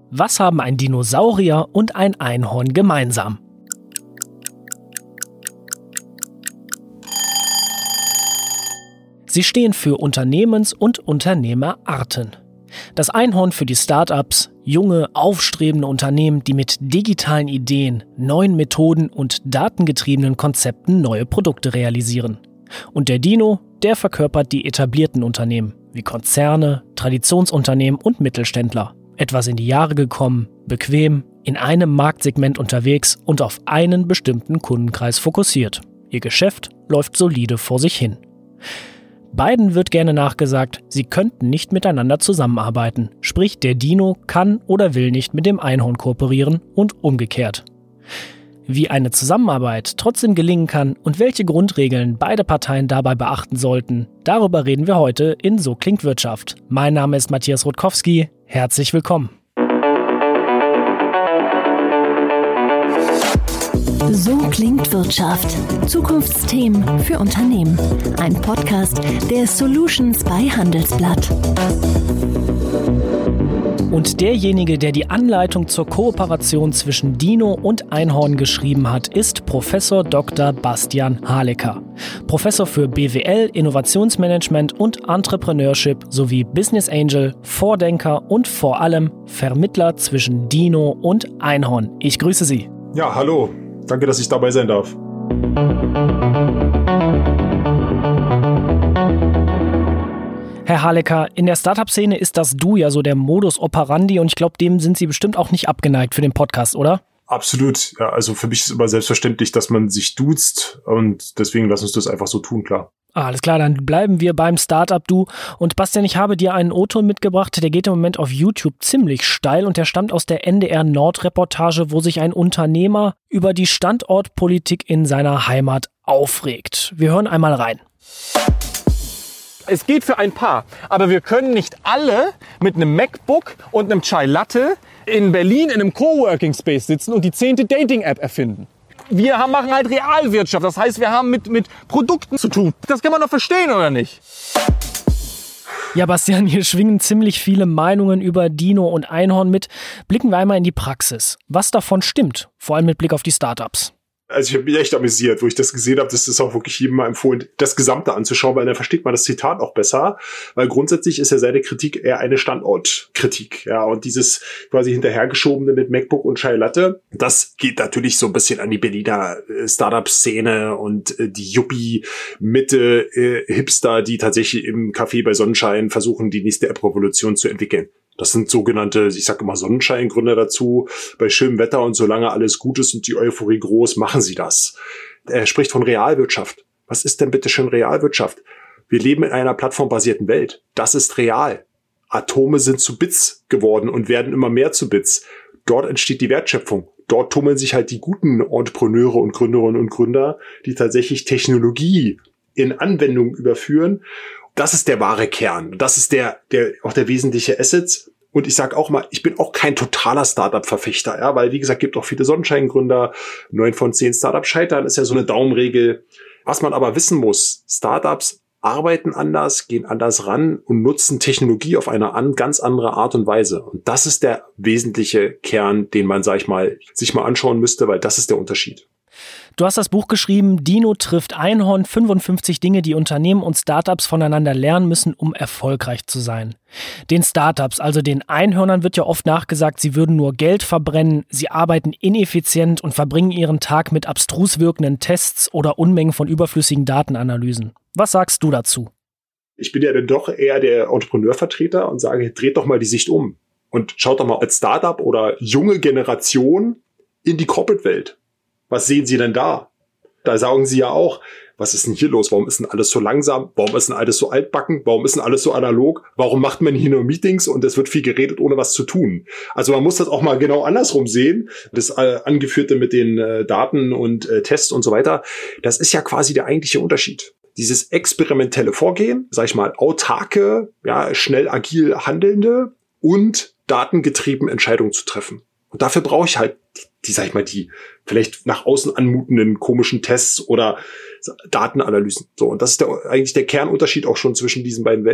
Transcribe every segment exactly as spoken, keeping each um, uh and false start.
Was haben ein Dinosaurier und ein Einhorn gemeinsam? Sie stehen für Unternehmens- und Unternehmerarten. Das Einhorn für die Startups, junge, aufstrebende Unternehmen, die mit digitalen Ideen, neuen Methoden und datengetriebenen Konzepten neue Produkte realisieren. Und der Dino, der verkörpert die etablierten Unternehmen, wie Konzerne, Traditionsunternehmen und Mittelständler. Etwas in die Jahre gekommen, bequem, in einem Marktsegment unterwegs und auf einen bestimmten Kundenkreis fokussiert. Ihr Geschäft läuft solide vor sich hin. Beiden wird gerne nachgesagt, sie könnten nicht miteinander zusammenarbeiten. Sprich, der Dino kann oder will nicht mit dem Einhorn kooperieren und umgekehrt. Wie eine Zusammenarbeit trotzdem gelingen kann und welche Grundregeln beide Parteien dabei beachten sollten, darüber reden wir heute in So klingt Wirtschaft. Mein Name ist Matthias Rutkowski. Herzlich willkommen. So klingt Wirtschaft. Zukunftsthemen für Unternehmen. Ein Podcast der Solutions bei Handelsblatt. Und derjenige, der die Anleitung zur Kooperation zwischen Dino und Einhorn geschrieben hat, ist Professor Doktor Bastian Haleker. Professor für B W L, Innovationsmanagement und Entrepreneurship sowie Business Angel, Vordenker und vor allem Vermittler zwischen Dino und Einhorn. Ich grüße Sie. Ja, hallo. Danke, dass ich dabei sein darf. Herr Haleker, in der Startup-Szene ist das Du ja so der Modus operandi und ich glaube, dem sind Sie bestimmt auch nicht abgeneigt für den Podcast, oder? Absolut. Ja, also für mich ist immer selbstverständlich, dass man sich duzt und deswegen lass uns das einfach so tun, klar. Alles klar, dann bleiben wir beim Startup-Du. Und Bastian, ich habe dir einen O-Ton mitgebracht, der geht im Moment auf YouTube ziemlich steil und der stammt aus der N D R-Nord-Reportage, wo sich ein Unternehmer über die Standortpolitik in seiner Heimat aufregt. Wir hören einmal rein. Es geht für ein paar, aber wir können nicht alle mit einem MacBook und einem Chai Latte in Berlin in einem Coworking Space sitzen und die zehnte Dating-App erfinden. Wir haben, machen halt Realwirtschaft, das heißt, wir haben mit, mit Produkten zu tun. Das kann man doch verstehen, oder nicht? Ja, Bastian, hier schwingen ziemlich viele Meinungen über Dino und Einhorn mit. Blicken wir einmal in die Praxis. Was davon stimmt, vor allem mit Blick auf die Startups? Also ich habe mich echt amüsiert, wo ich das gesehen habe. Das ist auch wirklich jedem mal empfohlen, das Gesamte anzuschauen, weil dann versteht man das Zitat auch besser. Weil grundsätzlich ist ja seine Kritik eher eine Standortkritik. Ja, und dieses quasi hinterhergeschobene mit MacBook und Chai Latte, das geht natürlich so ein bisschen an die Berliner Startup-Szene und die Yuppie-Mitte-Hipster, die tatsächlich im Café bei Sonnenschein versuchen, die nächste App-Revolution zu entwickeln. Das sind sogenannte, ich sage immer Sonnenscheingründer dazu. Bei schönem Wetter und solange alles gut ist und die Euphorie groß, machen sie das. Er spricht von Realwirtschaft. Was ist denn bitte schön Realwirtschaft? Wir leben in einer plattformbasierten Welt. Das ist real. Atome sind zu Bits geworden und werden immer mehr zu Bits. Dort entsteht die Wertschöpfung. Dort tummeln sich halt die guten Entrepreneure und Gründerinnen und Gründer, die tatsächlich Technologie in Anwendung überführen. Das ist der wahre Kern. Das ist der, der, auch der wesentliche Asset. Und ich sage auch mal, ich bin auch kein totaler Startup-Verfechter, ja, weil wie gesagt, gibt auch viele Sonnenscheingründer. Neun von zehn Startups scheitern, ist ja so eine Daumenregel. Was man aber wissen muss, Startups arbeiten anders, gehen anders ran und nutzen Technologie auf eine an, ganz andere Art und Weise. Und das ist der wesentliche Kern, den man, sag ich mal, sich mal anschauen müsste, weil das ist der Unterschied. Du hast das Buch geschrieben, Dino trifft Einhorn, fünfundfünfzig Dinge, die Unternehmen und Startups voneinander lernen müssen, um erfolgreich zu sein. Den Startups, also den Einhörnern, wird ja oft nachgesagt, sie würden nur Geld verbrennen, sie arbeiten ineffizient und verbringen ihren Tag mit abstrus wirkenden Tests oder Unmengen von überflüssigen Datenanalysen. Was sagst du dazu? Ich bin ja dann doch eher der Entrepreneurvertreter und sage, dreht doch mal die Sicht um und schaut doch mal als Startup oder junge Generation in die Corporate-Welt. Was sehen Sie denn da? Da sagen Sie ja auch, was ist denn hier los? Warum ist denn alles so langsam? Warum ist denn alles so altbacken? Warum ist denn alles so analog? Warum macht man hier nur Meetings und es wird viel geredet, ohne was zu tun? Also man muss das auch mal genau andersrum sehen. Das äh, Angeführte mit den äh, Daten und äh, Tests und so weiter, das ist ja quasi der eigentliche Unterschied. Dieses experimentelle Vorgehen, sag ich mal, autarke, ja, schnell agil handelnde und datengetrieben Entscheidungen zu treffen. Und dafür brauche ich halt die, sag ich mal, die vielleicht nach außen anmutenden komischen Tests oder Datenanalysen. So, und das ist der, eigentlich der Kernunterschied auch schon zwischen diesen beiden Welten.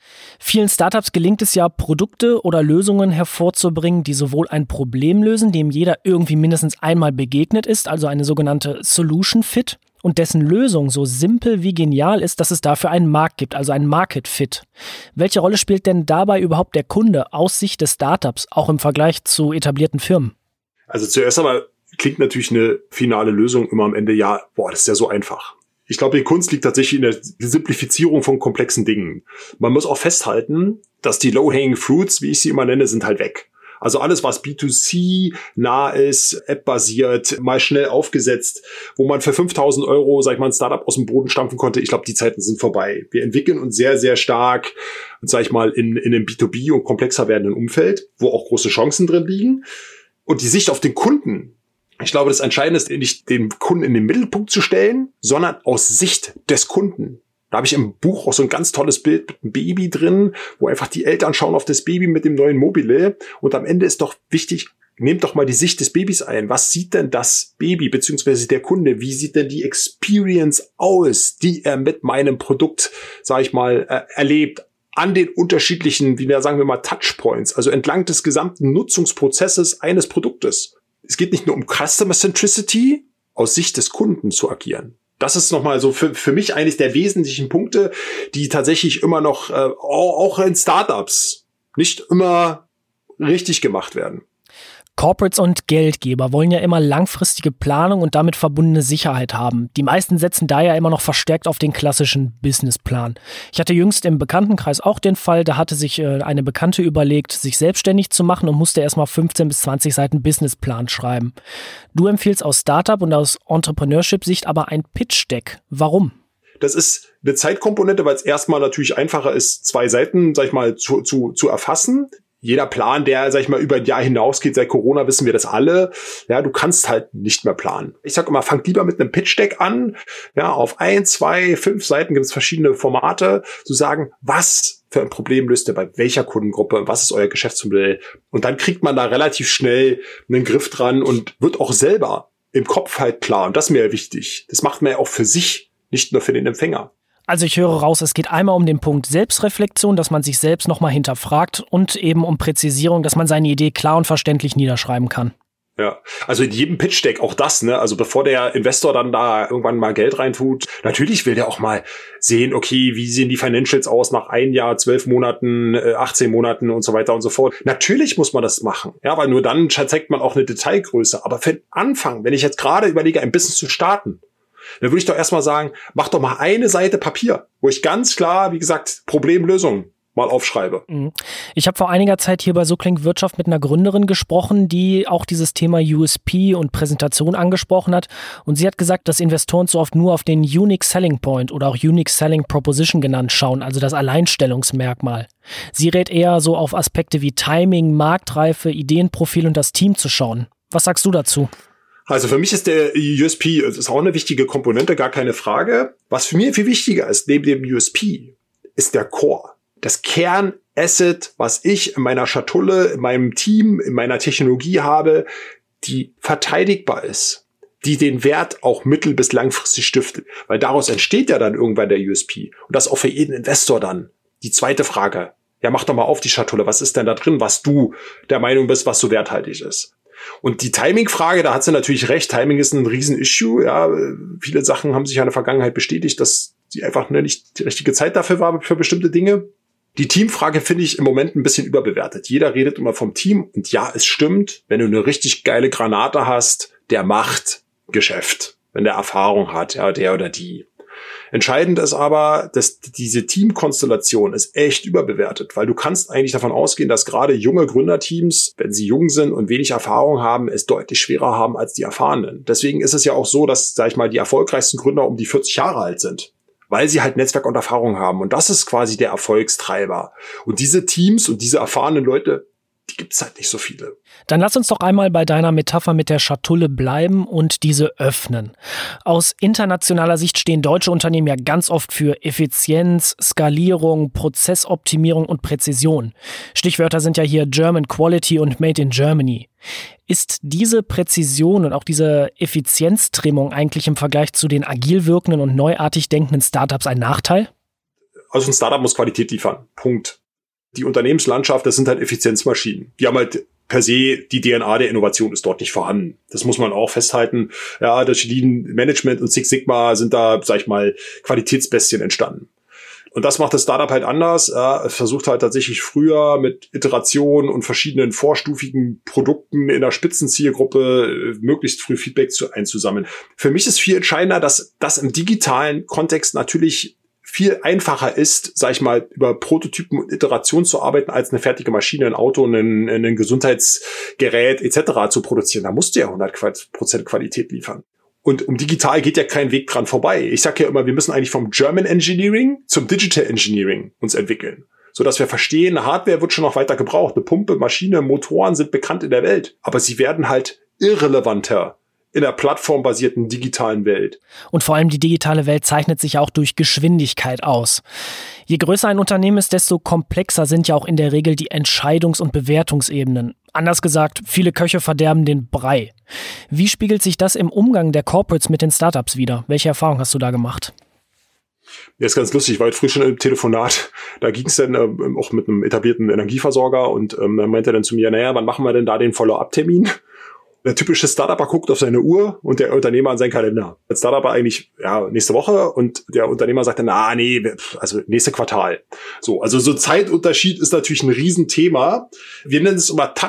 Vielen Startups gelingt es ja, Produkte oder Lösungen hervorzubringen, die sowohl ein Problem lösen, dem jeder irgendwie mindestens einmal begegnet ist, also eine sogenannte Solution Fit, und dessen Lösung so simpel wie genial ist, dass es dafür einen Markt gibt, also einen Market Fit. Welche Rolle spielt denn dabei überhaupt der Kunde aus Sicht des Startups, auch im Vergleich zu etablierten Firmen? Also zuerst einmal klingt natürlich eine finale Lösung immer am Ende, ja, boah, das ist ja so einfach. Ich glaube, die Kunst liegt tatsächlich in der Simplifizierung von komplexen Dingen. Man muss auch festhalten, dass die Low-Hanging Fruits, wie ich sie immer nenne, sind halt weg. Also alles, was B zwei C nah ist, App-basiert, mal schnell aufgesetzt, wo man für fünftausend Euro, sag ich mal, ein Startup aus dem Boden stampfen konnte, ich glaube, die Zeiten sind vorbei. Wir entwickeln uns sehr, sehr stark, sag ich mal, in, in einem B zwei B und komplexer werdenden Umfeld, wo auch große Chancen drin liegen. Und die Sicht auf den Kunden, ich glaube, das Entscheidende ist nicht, den Kunden in den Mittelpunkt zu stellen, sondern aus Sicht des Kunden. Da habe ich im Buch auch so ein ganz tolles Bild mit einem Baby drin, wo einfach die Eltern schauen auf das Baby mit dem neuen Mobile. Und am Ende ist doch wichtig, nehmt doch mal die Sicht des Babys ein. Was sieht denn das Baby beziehungsweise der Kunde? Wie sieht denn die Experience aus, die er mit meinem Produkt, sage ich mal, äh, erlebt? An den unterschiedlichen, wie wir sagen wir mal, Touchpoints, also entlang des gesamten Nutzungsprozesses eines Produktes. Es geht nicht nur um Customer Centricity, aus Sicht des Kunden zu agieren. Das ist nochmal so für, für mich eines der wesentlichen Punkte, die tatsächlich immer noch, äh, auch in Startups, nicht immer richtig gemacht werden. Corporates und Geldgeber wollen ja immer langfristige Planung und damit verbundene Sicherheit haben. Die meisten setzen daher immer noch verstärkt auf den klassischen Businessplan. Ich hatte jüngst im Bekanntenkreis auch den Fall, da hatte sich äh, eine Bekannte überlegt, sich selbstständig zu machen und musste erstmal fünfzehn bis zwanzig Seiten Businessplan schreiben. Du empfiehlst aus Startup und aus Entrepreneurship-Sicht aber ein Pitch-Deck. Warum? Das ist eine Zeitkomponente, weil es erstmal natürlich einfacher ist, zwei Seiten, sag ich mal, zu, zu, zu erfassen. Jeder Plan, der, sag ich mal, über ein Jahr hinausgeht, seit Corona wissen wir das alle. Ja, du kannst halt nicht mehr planen. Ich sag immer, fangt lieber mit einem Pitch-Deck an. Ja, auf ein, zwei, fünf Seiten gibt es verschiedene Formate, zu sagen, was für ein Problem löst ihr bei welcher Kundengruppe, was ist euer Geschäftsmodell? Und dann kriegt man da relativ schnell einen Griff dran und wird auch selber im Kopf halt klar. Und das ist mir ja wichtig. Das macht man ja auch für sich, nicht nur für den Empfänger. Also ich höre raus, es geht einmal um den Punkt Selbstreflexion, dass man sich selbst nochmal hinterfragt und eben um Präzisierung, dass man seine Idee klar und verständlich niederschreiben kann. Ja, also in jedem Pitch-Deck auch das, ne? Also bevor der Investor dann da irgendwann mal Geld reintut, natürlich will der auch mal sehen, okay, wie sehen die Financials aus nach ein Jahr, zwölf Monaten, achtzehn Monaten und so weiter und so fort. Natürlich muss man das machen, ja, weil nur dann zeigt man auch eine Detailgröße. Aber für den Anfang, wenn ich jetzt gerade überlege, ein Business zu starten, dann würde ich doch erstmal sagen, mach doch mal eine Seite Papier, wo ich ganz klar, wie gesagt, Problemlösungen mal aufschreibe. Ich habe vor einiger Zeit hier bei So klingt Wirtschaft mit einer Gründerin gesprochen, die auch dieses Thema U S P und Präsentation angesprochen hat. Und sie hat gesagt, dass Investoren so oft nur auf den Unique Selling Point oder auch Unique Selling Proposition genannt schauen, also das Alleinstellungsmerkmal. Sie rät eher so auf Aspekte wie Timing, Marktreife, Ideenprofil und das Team zu schauen. Was sagst du dazu? Also für mich ist der U S P, das ist auch eine wichtige Komponente, gar keine Frage. Was für mich viel wichtiger ist, neben dem U S P, ist der Core. Das Kernasset, was ich in meiner Schatulle, in meinem Team, in meiner Technologie habe, die verteidigbar ist, die den Wert auch mittel- bis langfristig stiftet. Weil daraus entsteht ja dann irgendwann der U S P. Und das auch für jeden Investor dann. Die zweite Frage. Ja, mach doch mal auf die Schatulle. Was ist denn da drin, was du der Meinung bist, was so werthaltig ist? Und die Timing-Frage, da hat sie natürlich recht. Timing ist ein Riesen-Issue. Ja, viele Sachen haben sich in der Vergangenheit bestätigt, dass sie einfach nicht die richtige Zeit dafür war für bestimmte Dinge. Die Teamfrage finde ich im Moment ein bisschen überbewertet. Jeder redet immer vom Team. Und ja, es stimmt, wenn du eine richtig geile Granate hast, der macht Geschäft. Wenn der Erfahrung hat, ja, der oder die. Entscheidend ist aber, dass diese Teamkonstellation ist echt überbewertet, weil du kannst eigentlich davon ausgehen, dass gerade junge Gründerteams, wenn sie jung sind und wenig Erfahrung haben, es deutlich schwerer haben als die Erfahrenen. Deswegen ist es ja auch so, dass, sag ich mal, die erfolgreichsten Gründer um die vierzig Jahre alt sind, weil sie halt Netzwerk und Erfahrung haben. Und das ist quasi der Erfolgstreiber. Und diese Teams und diese erfahrenen Leute, die gibt's halt nicht so viele. Dann lass uns doch einmal bei deiner Metapher mit der Schatulle bleiben und diese öffnen. Aus internationaler Sicht stehen deutsche Unternehmen ja ganz oft für Effizienz, Skalierung, Prozessoptimierung und Präzision. Stichwörter sind ja hier German Quality und Made in Germany. Ist diese Präzision und auch diese Effizienztrimmung eigentlich im Vergleich zu den agil wirkenden und neuartig denkenden Startups ein Nachteil? Also ein Startup muss Qualität liefern. Punkt. Die Unternehmenslandschaft, das sind halt Effizienzmaschinen. Die haben halt per se, die D N A der Innovation ist dort nicht vorhanden. Das muss man auch festhalten. Ja, durch Lean Management und Six Sigma sind da, sag ich mal, Qualitätsbestien entstanden. Und das macht das Startup halt anders. Ja, es versucht halt tatsächlich früher mit Iterationen und verschiedenen vorstufigen Produkten in der Spitzenzielgruppe möglichst früh Feedback zu, einzusammeln. Für mich ist viel entscheidender, dass das im digitalen Kontext natürlich viel einfacher ist, sag ich mal, über Prototypen und Iterationen zu arbeiten, als eine fertige Maschine, ein Auto, ein, ein Gesundheitsgerät et cetera zu produzieren. Da musst du ja hundert Prozent Qualität liefern. Und um digital geht ja kein Weg dran vorbei. Ich sage ja immer, wir müssen eigentlich vom German Engineering zum Digital Engineering uns entwickeln, sodass wir verstehen, eine Hardware wird schon noch weiter gebraucht. Eine Pumpe, Maschine, Motoren sind bekannt in der Welt, aber sie werden halt irrelevanter in der plattformbasierten digitalen Welt. Und vor allem die digitale Welt zeichnet sich auch durch Geschwindigkeit aus. Je größer ein Unternehmen ist, desto komplexer sind ja auch in der Regel die Entscheidungs- und Bewertungsebenen. Anders gesagt, viele Köche verderben den Brei. Wie spiegelt sich das im Umgang der Corporates mit den Startups wider? Welche Erfahrung hast du da gemacht? Ja, ist ganz lustig. Ich war heute früh schon im Telefonat. Da ging es dann ähm, auch mit einem etablierten Energieversorger und ähm, dann meinte er dann zu mir, naja, wann machen wir denn da den Follow-up-Termin? Der typische Startupper guckt auf seine Uhr und der Unternehmer an seinen Kalender. Der Startupper eigentlich, ja, nächste Woche und der Unternehmer sagt dann, na, nee, also nächste Quartal. So, also so Zeitunterschied ist natürlich ein Riesenthema. Wir nennen es immer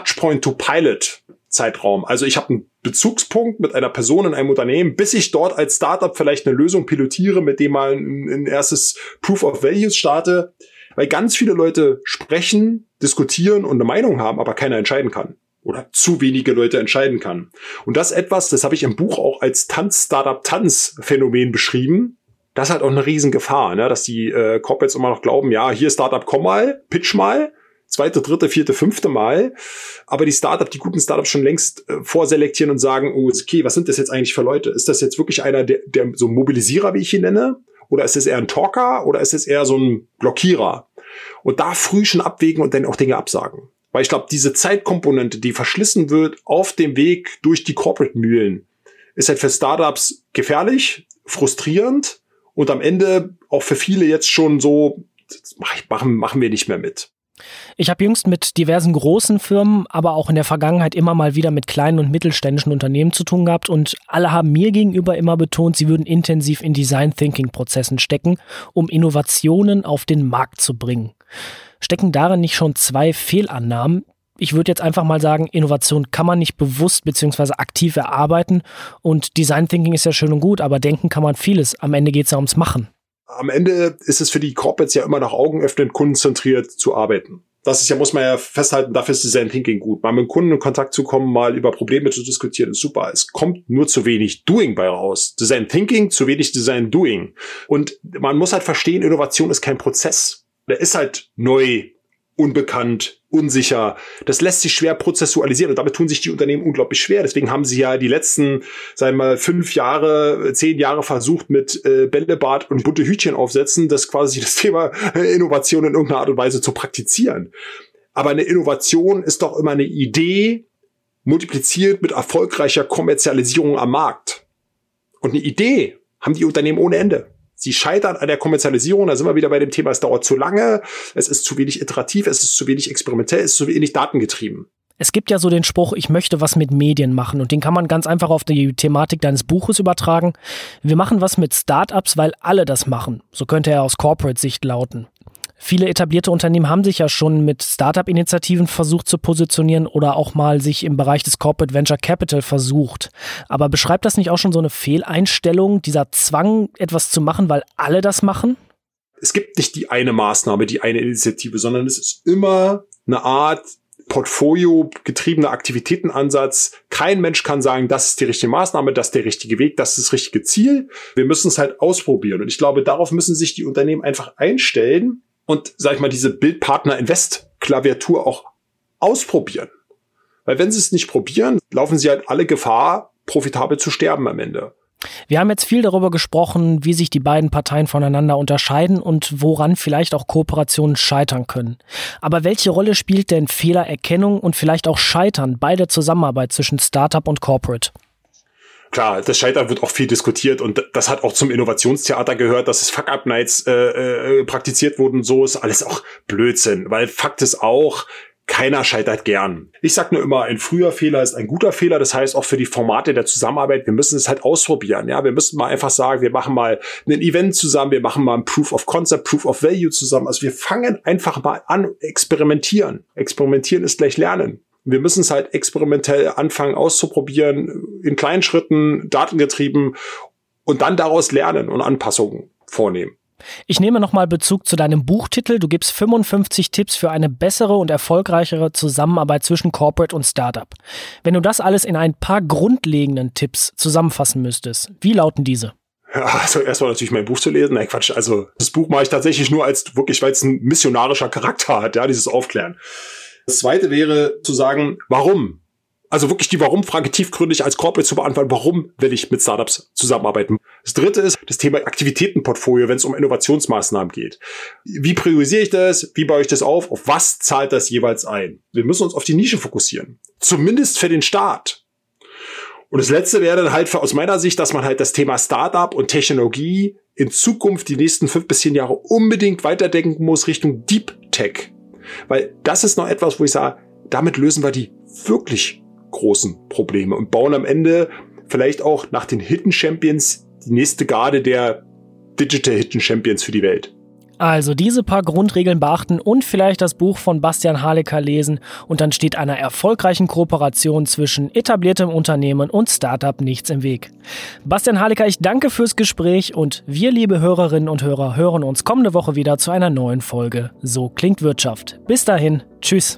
Touchpoint-to-Pilot-Zeitraum. Also ich habe einen Bezugspunkt mit einer Person in einem Unternehmen, bis ich dort als Startup vielleicht eine Lösung pilotiere, mit dem mal ein, ein erstes Proof of Values starte. Weil ganz viele Leute sprechen, diskutieren und eine Meinung haben, aber keiner entscheiden kann. Oder zu wenige Leute entscheiden kann. Und das etwas, das habe ich im Buch auch als Tanz-Startup-Tanz-Phänomen beschrieben. Das ist halt auch eine Riesengefahr, ne? Dass die äh, Corporates immer noch glauben, ja, hier Startup, komm mal, pitch mal, zweite, dritte, vierte, fünfte Mal. Aber die Startup, die guten Startups schon längst äh, vorselektieren und sagen, oh, okay, was sind das jetzt eigentlich für Leute? Ist das jetzt wirklich einer, der, der so ein Mobilisierer, wie ich ihn nenne? Oder ist es eher ein Talker? Oder ist es eher so ein Blockierer? Und da früh schon abwägen und dann auch Dinge absagen. Weil ich glaube, diese Zeitkomponente, die verschlissen wird auf dem Weg durch die Corporate-Mühlen, ist halt für Startups gefährlich, frustrierend und am Ende auch für viele jetzt schon so, machen, machen wir nicht mehr mit. Ich habe jüngst mit diversen großen Firmen, aber auch in der Vergangenheit immer mal wieder mit kleinen und mittelständischen Unternehmen zu tun gehabt und alle haben mir gegenüber immer betont, sie würden intensiv in Design-Thinking-Prozessen stecken, um Innovationen auf den Markt zu bringen. Stecken darin nicht schon zwei Fehlannahmen? Ich würde jetzt einfach mal sagen, Innovation kann man nicht bewusst bzw. aktiv erarbeiten und Design Thinking ist ja schön und gut, aber denken kann man vieles. Am Ende geht es ja ums Machen. Am Ende ist es für die Corporates ja immer nach Augen öffnen, kundenzentriert zu arbeiten. Das ist ja, muss man ja festhalten, dafür ist Design Thinking gut. Mal mit dem Kunden in Kontakt zu kommen, mal über Probleme zu diskutieren, ist super. Es kommt nur zu wenig Doing bei raus. Design Thinking, zu wenig Design Doing. Und man muss halt verstehen, Innovation ist kein Prozess. Der ist halt neu, unbekannt, unsicher. Das lässt sich schwer prozessualisieren und damit tun sich die Unternehmen unglaublich schwer. Deswegen haben sie ja die letzten, sagen wir mal, fünf Jahre, zehn Jahre versucht mit äh, Bällebad und bunte Hütchen aufsetzen, das quasi das Thema äh, Innovation in irgendeiner Art und Weise zu praktizieren. Aber eine Innovation ist doch immer eine Idee multipliziert mit erfolgreicher Kommerzialisierung am Markt. Und eine Idee haben die Unternehmen ohne Ende. Sie scheitern an der Kommerzialisierung, da sind wir wieder bei dem Thema, es dauert zu lange, es ist zu wenig iterativ, es ist zu wenig experimentell, es ist zu wenig datengetrieben. Es gibt ja so den Spruch, ich möchte was mit Medien machen und den kann man ganz einfach auf die Thematik deines Buches übertragen. Wir machen was mit Startups, weil alle das machen. So könnte er aus Corporate-Sicht lauten. Viele etablierte Unternehmen haben sich ja schon mit Startup-Initiativen versucht zu positionieren oder auch mal sich im Bereich des Corporate Venture Capital versucht. Aber beschreibt das nicht auch schon so eine Fehleinstellung, dieser Zwang, etwas zu machen, weil alle das machen? Es gibt nicht die eine Maßnahme, die eine Initiative, sondern es ist immer eine Art Portfolio-getriebener Aktivitätenansatz. Kein Mensch kann sagen, das ist die richtige Maßnahme, das ist der richtige Weg, das ist das richtige Ziel. Wir müssen es halt ausprobieren. Und ich glaube, darauf müssen sich die Unternehmen einfach einstellen und, sag ich mal, diese Bildpartner-Invest-Klaviatur auch ausprobieren. Weil wenn sie es nicht probieren, laufen sie halt alle Gefahr, profitabel zu sterben am Ende. Wir haben jetzt viel darüber gesprochen, wie sich die beiden Parteien voneinander unterscheiden und woran vielleicht auch Kooperationen scheitern können. Aber welche Rolle spielt denn Fehlererkennung und vielleicht auch Scheitern bei der Zusammenarbeit zwischen Startup und Corporate? klar, das Scheitern wird auch viel diskutiert und das hat auch zum Innovationstheater gehört, dass es Fuck-Up-Nights äh, äh, praktiziert wurden. So ist alles auch Blödsinn, weil Fakt ist auch, keiner scheitert gern. Ich sag nur immer, ein früher Fehler ist ein guter Fehler. Das heißt auch für die Formate der Zusammenarbeit, wir müssen es halt ausprobieren. Ja, wir müssen mal einfach sagen, wir machen mal ein Event zusammen, wir machen mal ein Proof of Concept, Proof of Value zusammen. Also wir fangen einfach mal an, experimentieren. Experimentieren ist gleich Lernen. Wir müssen es halt experimentell anfangen auszuprobieren, in kleinen Schritten, datengetrieben und dann daraus lernen und Anpassungen vornehmen. Ich nehme nochmal Bezug zu deinem Buchtitel. Du gibst fünfundfünfzig Tipps für eine bessere und erfolgreichere Zusammenarbeit zwischen Corporate und Startup. Wenn du das alles in ein paar grundlegenden Tipps zusammenfassen müsstest, wie lauten diese? Ja, also erstmal natürlich mein Buch zu lesen. Nein, Quatsch. Also das Buch mache ich tatsächlich nur als wirklich, weil es ein missionarischer Charakter hat, ja, dieses Aufklären. Das zweite wäre zu sagen, warum? Also wirklich die Warum-Frage tiefgründig als Corporate zu beantworten. Warum will ich mit Startups zusammenarbeiten? Das dritte ist das Thema Aktivitätenportfolio, wenn es um Innovationsmaßnahmen geht. Wie priorisiere ich das? Wie baue ich das auf? Auf was zahlt das jeweils ein? Wir müssen uns auf die Nische fokussieren. Zumindest für den Start. Und das letzte wäre dann halt aus meiner Sicht, dass man halt das Thema Startup und Technologie in Zukunft die nächsten fünf bis zehn Jahre unbedingt weiterdenken muss Richtung Deep Tech. Weil das ist noch etwas, wo ich sage, damit lösen wir die wirklich großen Probleme und bauen am Ende vielleicht auch nach den Hidden Champions die nächste Garde der Digital Hidden Champions für die Welt. Also diese paar Grundregeln beachten und vielleicht das Buch von Bastian Harlecker lesen und dann steht einer erfolgreichen Kooperation zwischen etabliertem Unternehmen und Startup nichts im Weg. Bastian Harlecker, ich danke fürs Gespräch und wir, liebe Hörerinnen und Hörer, hören uns kommende Woche wieder zu einer neuen Folge So klingt Wirtschaft. Bis dahin, tschüss.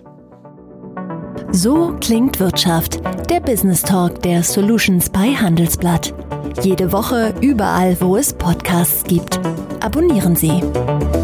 So klingt Wirtschaft, der Business Talk der Solutions bei Handelsblatt. Jede Woche überall, wo es Podcasts gibt. Abonnieren Sie.